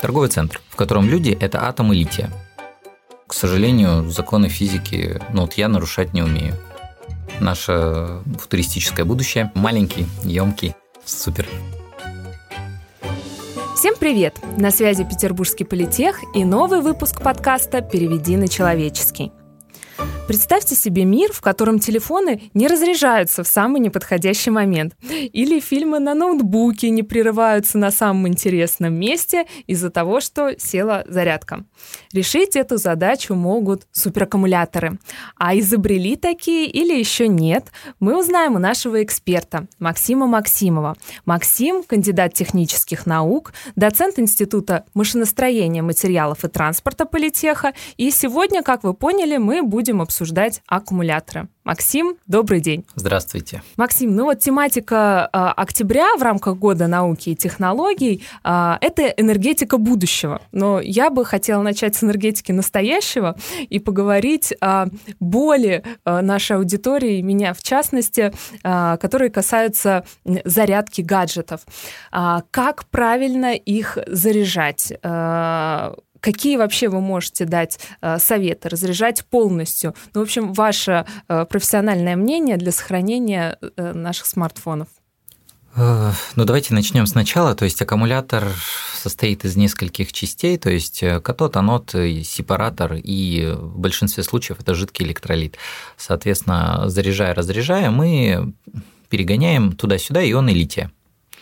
Торговый центр, в котором люди – это атомы лития. К сожалению, законы физики я нарушать не умею. Наше футуристическое будущее маленький, емкий, супер. Всем привет! На связи Петербургский политех и новый выпуск подкаста «Переведи на человеческий». Представьте себе мир, в котором телефоны не разряжаются в самый неподходящий момент, или фильмы на ноутбуке не прерываются на самом интересном месте из-за того, что села зарядка. Решить эту задачу могут супераккумуляторы. А изобрели такие или еще нет, мы узнаем у нашего эксперта Максима Максимова. Максим – кандидат технических наук, доцент Института машиностроения, материалов и транспорта политеха. И сегодня, как вы поняли, мы будем обсуждать аккумуляторы. Максим, добрый день. Здравствуйте. Максим, тематика октября в рамках Года науки и технологий – это энергетика будущего. Но я бы хотела начать с энергетики настоящего и поговорить о боли нашей аудитории, меня в частности, которые касаются зарядки гаджетов. Как правильно их заряжать? Какие вообще вы можете дать советы? Разряжать полностью? В общем, ваше профессиональное мнение для сохранения наших смартфонов. Давайте начнем сначала. То есть аккумулятор состоит из нескольких частей, то есть катод, анод, сепаратор, и в большинстве случаев это жидкий электролит. Соответственно, заряжая, разряжая, мы перегоняем туда-сюда ионы лития.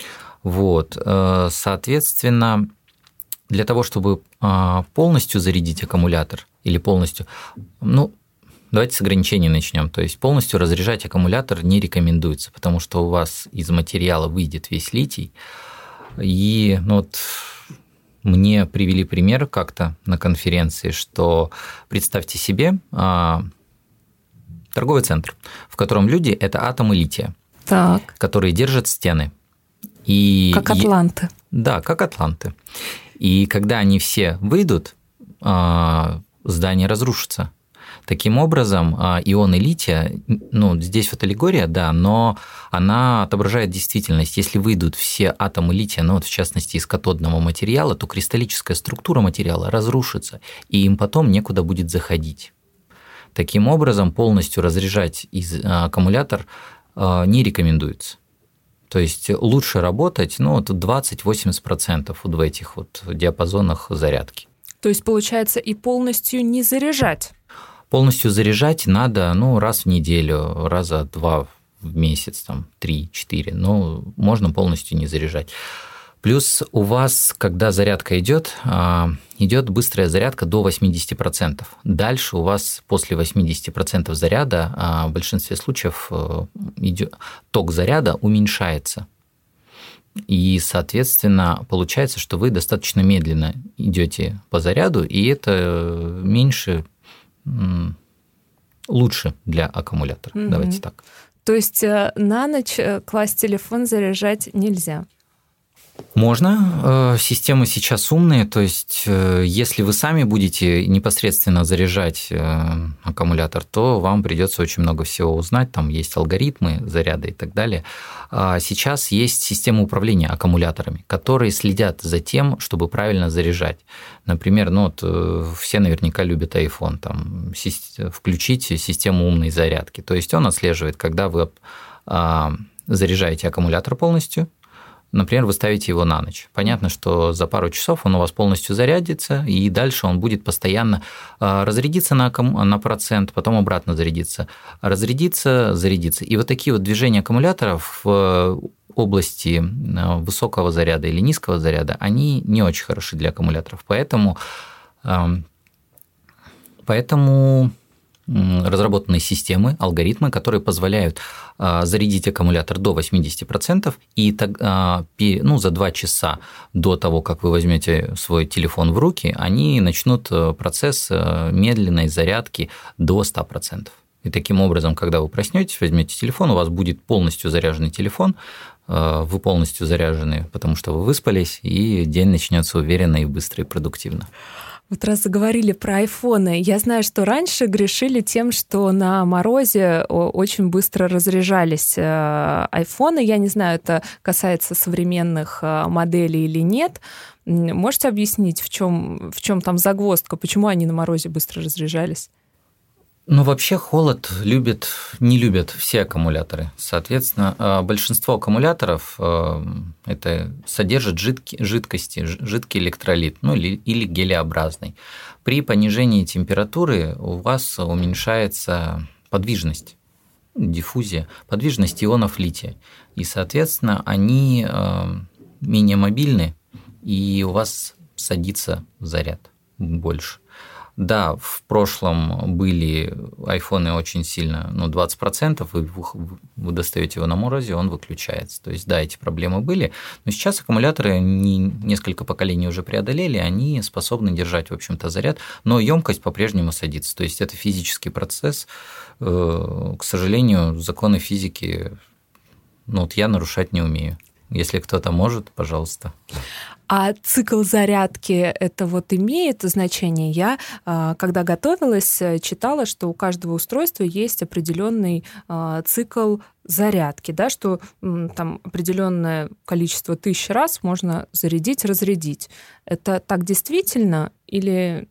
Соответственно, для того, чтобы полностью зарядить аккумулятор или полностью, давайте с ограничений начнем. То есть полностью разряжать аккумулятор не рекомендуется, потому что у вас из материала выйдет весь литий. И мне привели пример как-то на конференции, что представьте себе торговый центр, в котором люди – это атомы лития, которые держат стены. Как атланты. Да, как атланты. И когда они все выйдут, здание разрушится. Таким образом, ионы лития, здесь аллегория, да, но она отображает действительность. Если выйдут все атомы лития, в частности из катодного материала, то кристаллическая структура материала разрушится, и им потом некуда будет заходить. Таким образом, полностью разряжать аккумулятор не рекомендуется. То есть лучше работать 20-80% в этих диапазонах зарядки. То есть, получается, и полностью не заряжать? Полностью заряжать надо раз в неделю, раза 2 в месяц, 3-4, можно полностью не заряжать. Плюс у вас, когда зарядка идет быстрая зарядка до 80%. Дальше у вас после 80% заряда в большинстве случаев ток заряда уменьшается. И, соответственно, получается, что вы достаточно медленно идете по заряду, и это лучше для аккумулятора. Mm-hmm. Давайте так. То есть на ночь класть телефон заряжать нельзя? Можно. Системы сейчас умные, то есть если вы сами будете непосредственно заряжать аккумулятор, то вам придется очень много всего узнать, там есть алгоритмы заряда и так далее. А сейчас есть системы управления аккумуляторами, которые следят за тем, чтобы правильно заряжать. Например, все наверняка любят iPhone, включить систему умной зарядки. То есть он отслеживает, когда вы заряжаете аккумулятор полностью. Например, вы ставите его на ночь. Понятно, что за пару часов он у вас полностью зарядится, и дальше он будет постоянно разрядиться на процент, потом обратно зарядиться, разрядиться, зарядиться. И такие движения аккумуляторов в области высокого заряда или низкого заряда, они не очень хороши для аккумуляторов. Поэтому разработаны системы, алгоритмы, которые позволяют зарядить аккумулятор до 80%, и за 2 часа до того, как вы возьмете свой телефон в руки, они начнут процесс медленной зарядки до 100%. И таким образом, когда вы проснетесь, возьмете телефон, у вас будет полностью заряженный телефон, вы полностью заряжены, потому что вы выспались, и день начнется уверенно и быстро и продуктивно. Вот раз заговорили про айфоны, я знаю, что раньше грешили тем, что на морозе очень быстро разряжались айфоны. Я не знаю, это касается современных моделей или нет. Можете объяснить, в чем там загвоздка, почему они на морозе быстро разряжались? Ну, вообще холод не любят все аккумуляторы. Соответственно, большинство аккумуляторов это содержат жидкости, жидкий электролит, ну или гелеобразный. При понижении температуры у вас уменьшается подвижность, диффузия, подвижность ионов лития. И, соответственно, они менее мобильны, и у вас садится заряд больше. Да, в прошлом были айфоны очень сильно, 20%, вы достаете его на морозе, он выключается. То есть, да, эти проблемы были, но сейчас аккумуляторы несколько поколений уже преодолели, они способны держать, в общем-то, заряд, но емкость по-прежнему садится. То есть, это физический процесс. К сожалению, законы физики я нарушать не умею. Если кто-то может, пожалуйста. А цикл зарядки это имеет значение? Я, когда готовилась, читала, что у каждого устройства есть определенный цикл зарядки, да, что там определенное количество тысяч раз можно зарядить, разрядить. Это так действительно или...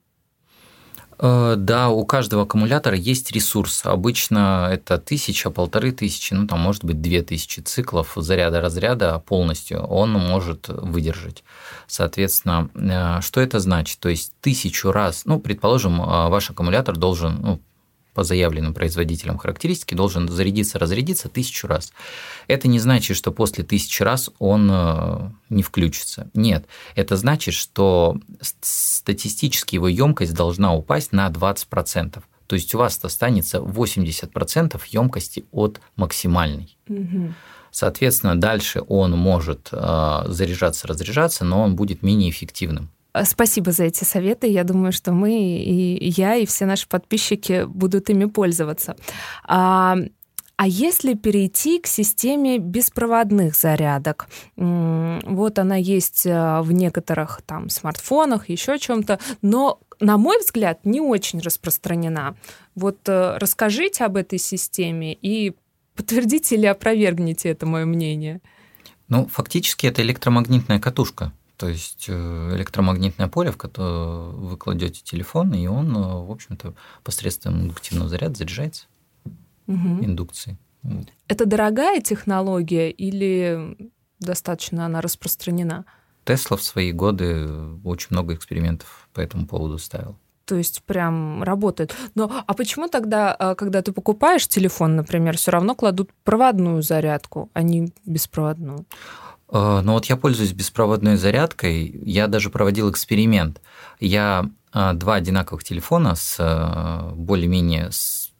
Да, у каждого аккумулятора есть ресурс. Обычно это 1000, 1500, может быть 2000 циклов заряда-разряда полностью он может выдержать. Соответственно, что это значит? То есть 1000 раз, предположим, ваш аккумулятор должен, по заявленным производителям характеристики, должен зарядиться-разрядиться 1000 раз. Это не значит, что после 1000 раз он не включится. Нет, это значит, что статистически его емкость должна упасть на 20%. То есть у вас останется 80% емкости от максимальной. Угу. Соответственно, дальше он может заряжаться-разряжаться, но он будет менее эффективным. Спасибо за эти советы. Я думаю, что мы, и я, и все наши подписчики будут ими пользоваться. А если перейти к системе беспроводных зарядок? Вот она есть в некоторых там смартфонах, еще чем-то, но, на мой взгляд, не очень распространена. Вот расскажите об этой системе и подтвердите или опровергните это мое мнение. Фактически это электромагнитная катушка. То есть электромагнитное поле, в которое вы кладете телефон, и он, в общем-то, посредством индуктивного заряда заряжается индукцией. Это дорогая технология или достаточно она распространена? Тесла в свои годы очень много экспериментов по этому поводу ставил. То есть прям работает. А почему тогда, когда ты покупаешь телефон, например, все равно кладут проводную зарядку, а не беспроводную? Я пользуюсь беспроводной зарядкой. Я даже проводил эксперимент. Я 2 одинаковых телефона с более-менее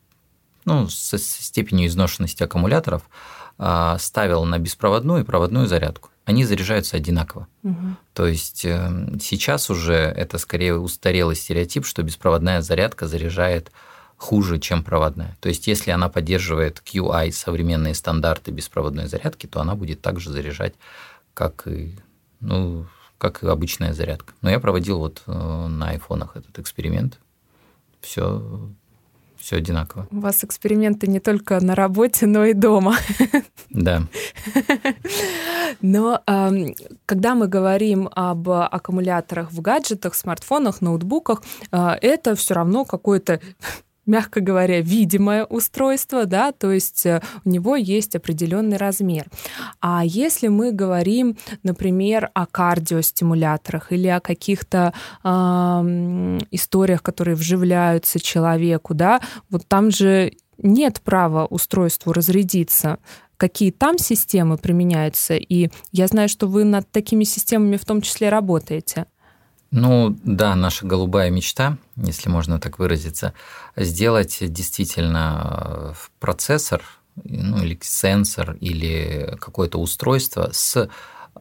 со степенью изношенности аккумуляторов ставил на беспроводную и проводную зарядку. Они заряжаются одинаково. Угу. То есть сейчас уже это скорее устарелый стереотип, что беспроводная зарядка заряжает хуже, чем проводная. То есть если она поддерживает QI, современные стандарты беспроводной зарядки, то она будет так же заряжать, как и обычная зарядка. Но я проводил на айфонах этот эксперимент. Все одинаково. У вас эксперименты не только на работе, но и дома. Да. Но когда мы говорим об аккумуляторах в гаджетах, смартфонах, ноутбуках, это все равно какое-то, мягко говоря, видимое устройство, да, то есть у него есть определенный размер. А если мы говорим, например, о кардиостимуляторах или о каких-то историях, которые вживляются человеку, да, там же нет права устройству разрядиться. Какие там системы применяются? И я знаю, что вы над такими системами в том числе работаете. Да, наша голубая мечта, если можно так выразиться, сделать действительно процессор, или сенсор, или какое-то устройство с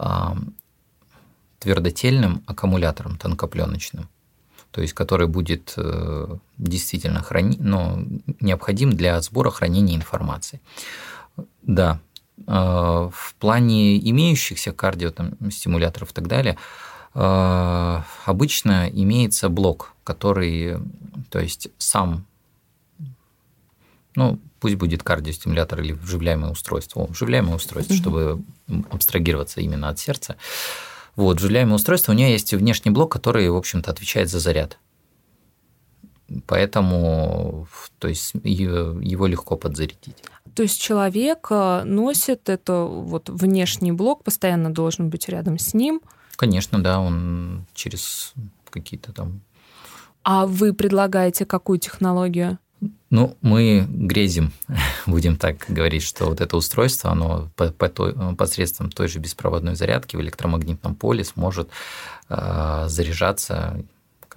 твердотельным аккумулятором тонкопленочным, то есть который будет действительно необходим для сбора хранения информации. Да, в плане имеющихся кардиостимуляторов и так далее, обычно имеется блок, который, то есть сам, пусть будет кардиостимулятор или вживляемое устройство. Вживляемое устройство, чтобы абстрагироваться именно от сердца. Вот, вживляемое устройство, у него есть внешний блок, который, в общем-то, отвечает за заряд. Поэтому, то есть, его легко подзарядить. То есть человек носит это внешний блок, постоянно должен быть рядом с ним? Конечно, да, он через какие-то там... А вы предлагаете какую технологию? Мы грезим, будем так говорить, что это устройство, оно посредством той же беспроводной зарядки в электромагнитном поле сможет заряжаться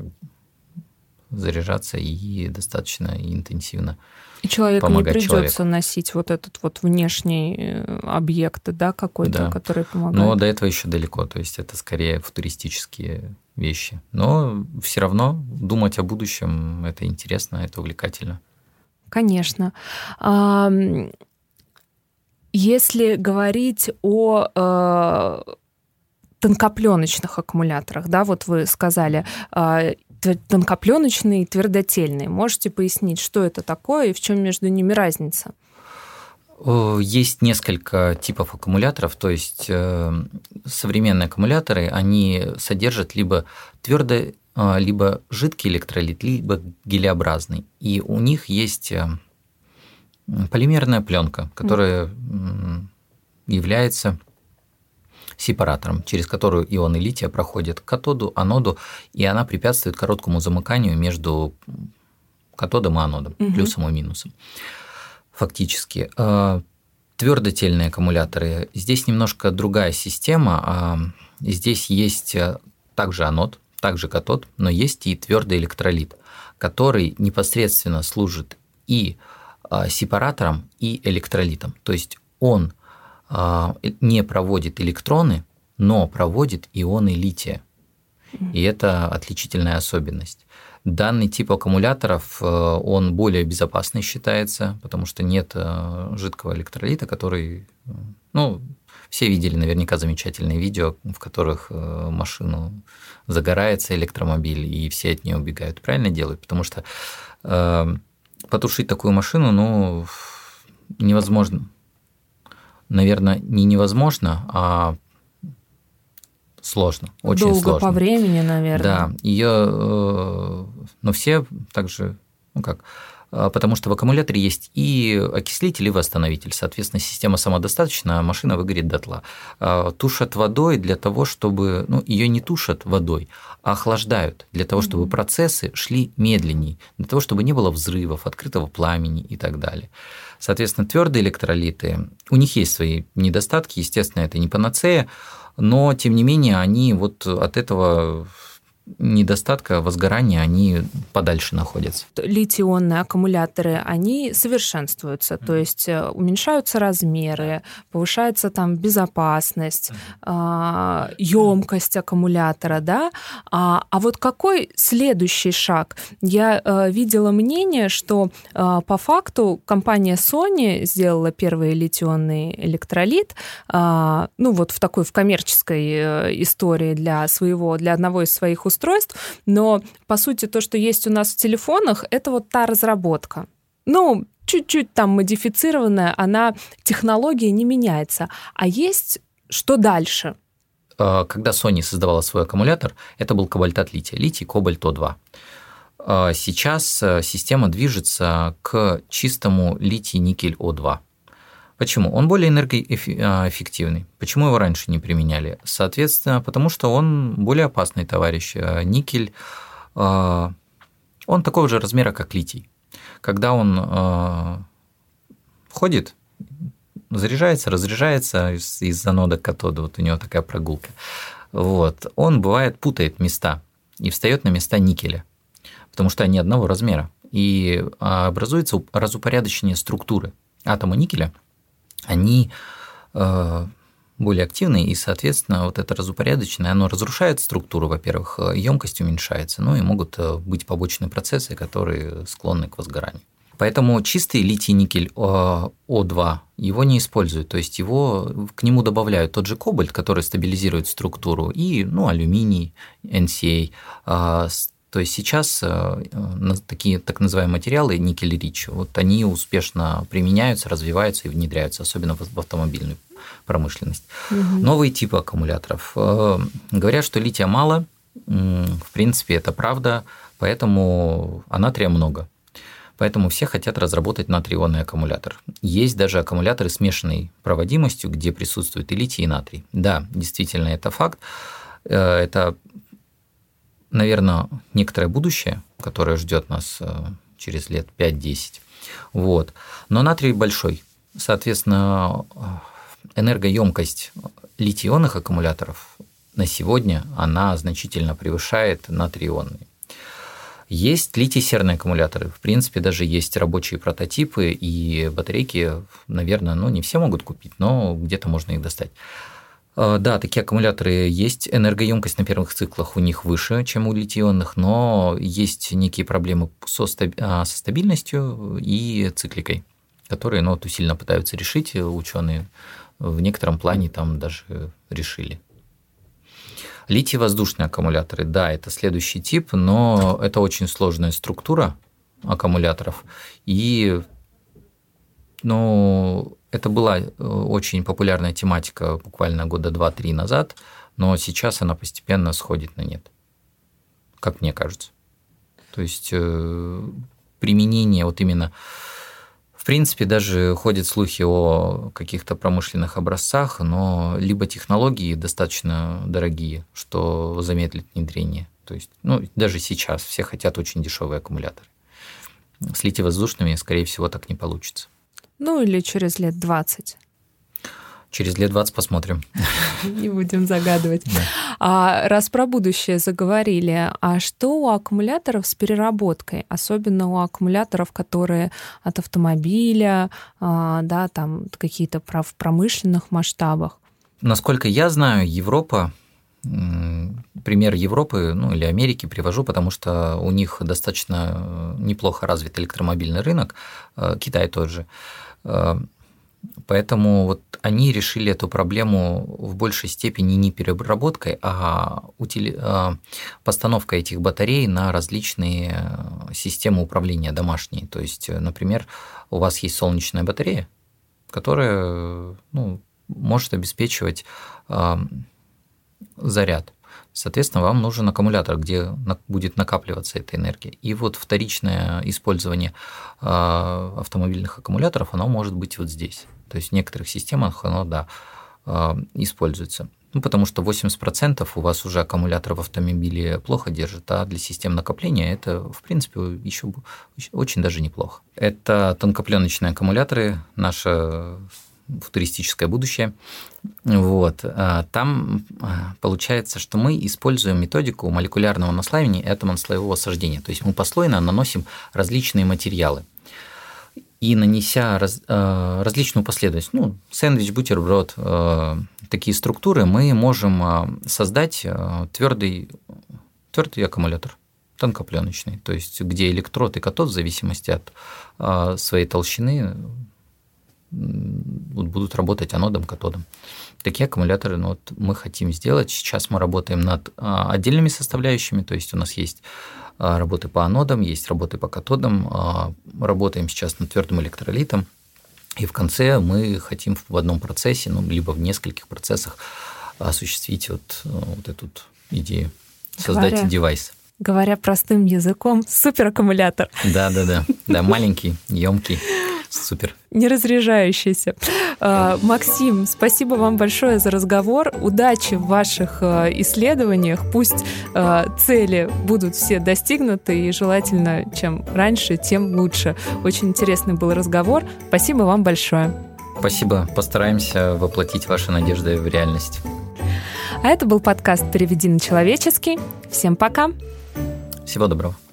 и достаточно интенсивно. И человеку не придется носить этот внешний объект, да, какой-то, да, который помогает. Но до этого еще далеко, то есть это скорее футуристические вещи. Но все равно думать о будущем – это интересно, это увлекательно. Конечно. Если говорить о тонкопленочных аккумуляторах, да, вы сказали, тонкопленочные и твердотельные. Можете пояснить, что это такое и в чем между ними разница? Есть несколько типов аккумуляторов, то есть современные аккумуляторы, они содержат либо твердый, либо жидкий электролит, либо гелеобразный. И у них есть полимерная пленка, которая является сепаратором, через которую ионы лития проходят к катоду, аноду, и она препятствует короткому замыканию между катодом и анодом, плюсом и минусом. Фактически. Твердотельные аккумуляторы, здесь немножко другая система. Здесь есть также анод, также катод, но есть и твердый электролит, который непосредственно служит и сепаратором, и электролитом. То есть он не проводит электроны, но проводит ионы лития. И это отличительная особенность. Данный тип аккумуляторов, он более безопасный считается, потому что нет жидкого электролита, который... все видели наверняка замечательные видео, в которых машину загорается электромобиль, и все от нее убегают. Правильно делают? Потому что потушить такую машину, невозможно. Наверное, не невозможно, а сложно, очень долго сложно. По времени, наверное. Да, ее, но все также, потому что в аккумуляторе есть и окислитель, и восстановитель. Соответственно, система самодостаточна, машина выгорит дотла. Тушат водой для того, чтобы... ее не тушат водой, а охлаждают для того, чтобы процессы шли медленней, для того, чтобы не было взрывов, открытого пламени и так далее. Соответственно, твердые электролиты, у них есть свои недостатки, естественно, это не панацея, но, тем не менее, они от этого недостатка возгорания, они подальше находятся. Литий-ионные аккумуляторы, они совершенствуются, то есть уменьшаются размеры, повышается там безопасность, емкость аккумулятора, да? А какой следующий шаг? Я видела мнение, что по факту компания Sony сделала первый литий-ионный электролит, в коммерческой истории для одного из своих устройств, но, по сути, то, что есть у нас в телефонах, это та разработка. Чуть-чуть там модифицированная, технология не меняется. А есть что дальше? Когда Sony создавала свой аккумулятор, это был кобальтат лития, литий, кобальт О2. Сейчас система движется к чистому литий-никель О2. Почему? Он более энергоэффективный. Почему его раньше не применяли? Соответственно, потому что он более опасный товарищ. Никель, он такого же размера, как литий. Когда он входит, заряжается, разряжается из анода к катоду, у него такая прогулка. Он, бывает, путает места и встает на места никеля, потому что они одного размера. И образуется разупорядочение структуры. Атомы никеля, они более активны, и, соответственно, это разупорядоченное, оно разрушает структуру, во-первых, емкость уменьшается, и могут быть побочные процессы, которые склонны к возгоранию. Поэтому чистый литий-никель О2 его не используют, то есть к нему добавляют тот же кобальт, который стабилизирует структуру, и алюминий, NCA. То есть сейчас такие так называемые материалы никель-рич, они успешно применяются, развиваются и внедряются, особенно в автомобильную промышленность. Новые типы аккумуляторов. Говорят, что лития мало, в принципе, это правда, поэтому натрия много. Поэтому все хотят разработать натрий-ионный аккумулятор. Есть даже аккумуляторы с смешанной проводимостью, где присутствует и литий, и натрий. Да, действительно, это факт. Это, наверное, некоторое будущее, которое ждет нас через лет 5-10. Но натрий большой. Соответственно, энергоемкость литий-ионных аккумуляторов на сегодня она значительно превышает натрий-ионные. Есть литий-серные аккумуляторы. В принципе, даже есть рабочие прототипы, и батарейки, наверное, не все могут купить, но где-то можно их достать. Да, такие аккумуляторы есть. Энергоемкость на первых циклах у них выше, чем у литий-ионных, но есть некие проблемы со стабильностью и цикликой, которые усиленно пытаются решить ученые. В некотором плане там даже решили. Литий-воздушные аккумуляторы, да, это следующий тип, но это очень сложная структура аккумуляторов. И это была очень популярная тематика буквально года 2-3 назад, но сейчас она постепенно сходит на нет, как мне кажется. То есть применение именно... В принципе, даже ходят слухи о каких-то промышленных образцах, но либо технологии достаточно дорогие, что замедлит внедрение. То есть, даже сейчас все хотят очень дешевые аккумуляторы. С литий-воздушными, скорее всего, так не получится. Или через лет 20. Через лет 20 посмотрим. Не будем загадывать. Да. А раз про будущее заговорили, а что у аккумуляторов с переработкой? Особенно у аккумуляторов, которые от автомобиля, да, там какие-то в промышленных масштабах. Насколько я знаю, Европа, пример Европы, или Америки привожу, потому что у них достаточно неплохо развит электромобильный рынок, Китай тот же. Поэтому они решили эту проблему в большей степени не переработкой, а постановкой этих батарей на различные системы управления домашние. То есть, например, у вас есть солнечная батарея, которая может обеспечивать заряд. Соответственно, вам нужен аккумулятор, где будет накапливаться эта энергия. И вторичное использование автомобильных аккумуляторов, оно может быть здесь. То есть в некоторых системах оно, используется. Потому что 80% у вас уже аккумулятор в автомобиле плохо держит, а для систем накопления это, в принципе, еще очень даже неплохо. Это тонкопленочные аккумуляторы, наше футуристическое будущее. Там получается, что мы используем методику молекулярного наслаивания и атомно-слоевого сожжения. То есть мы послойно наносим различные материалы. И нанеся различную последовательность, сэндвич, бутерброд, такие структуры, мы можем создать твердый аккумулятор, тонкопленочный, то есть где электрод и катод в зависимости от своей толщины будут работать анодом, катодом. Такие аккумуляторы мы хотим сделать. Сейчас мы работаем над отдельными составляющими, то есть у нас есть работы по анодам, есть работы по катодам, работаем сейчас над твердым электролитом, и в конце мы хотим в одном процессе, либо в нескольких процессах осуществить эту идею, создать девайс. Говоря простым языком, супераккумулятор. Да, маленький, емкий. Супер. Не разряжающийся. Максим, спасибо вам большое за разговор. Удачи в ваших исследованиях. Пусть цели будут все достигнуты, и желательно, чем раньше, тем лучше. Очень интересный был разговор. Спасибо вам большое. Спасибо. Постараемся воплотить ваши надежды в реальность. А это был подкаст «Переведи на человеческий». Всем пока. Всего доброго.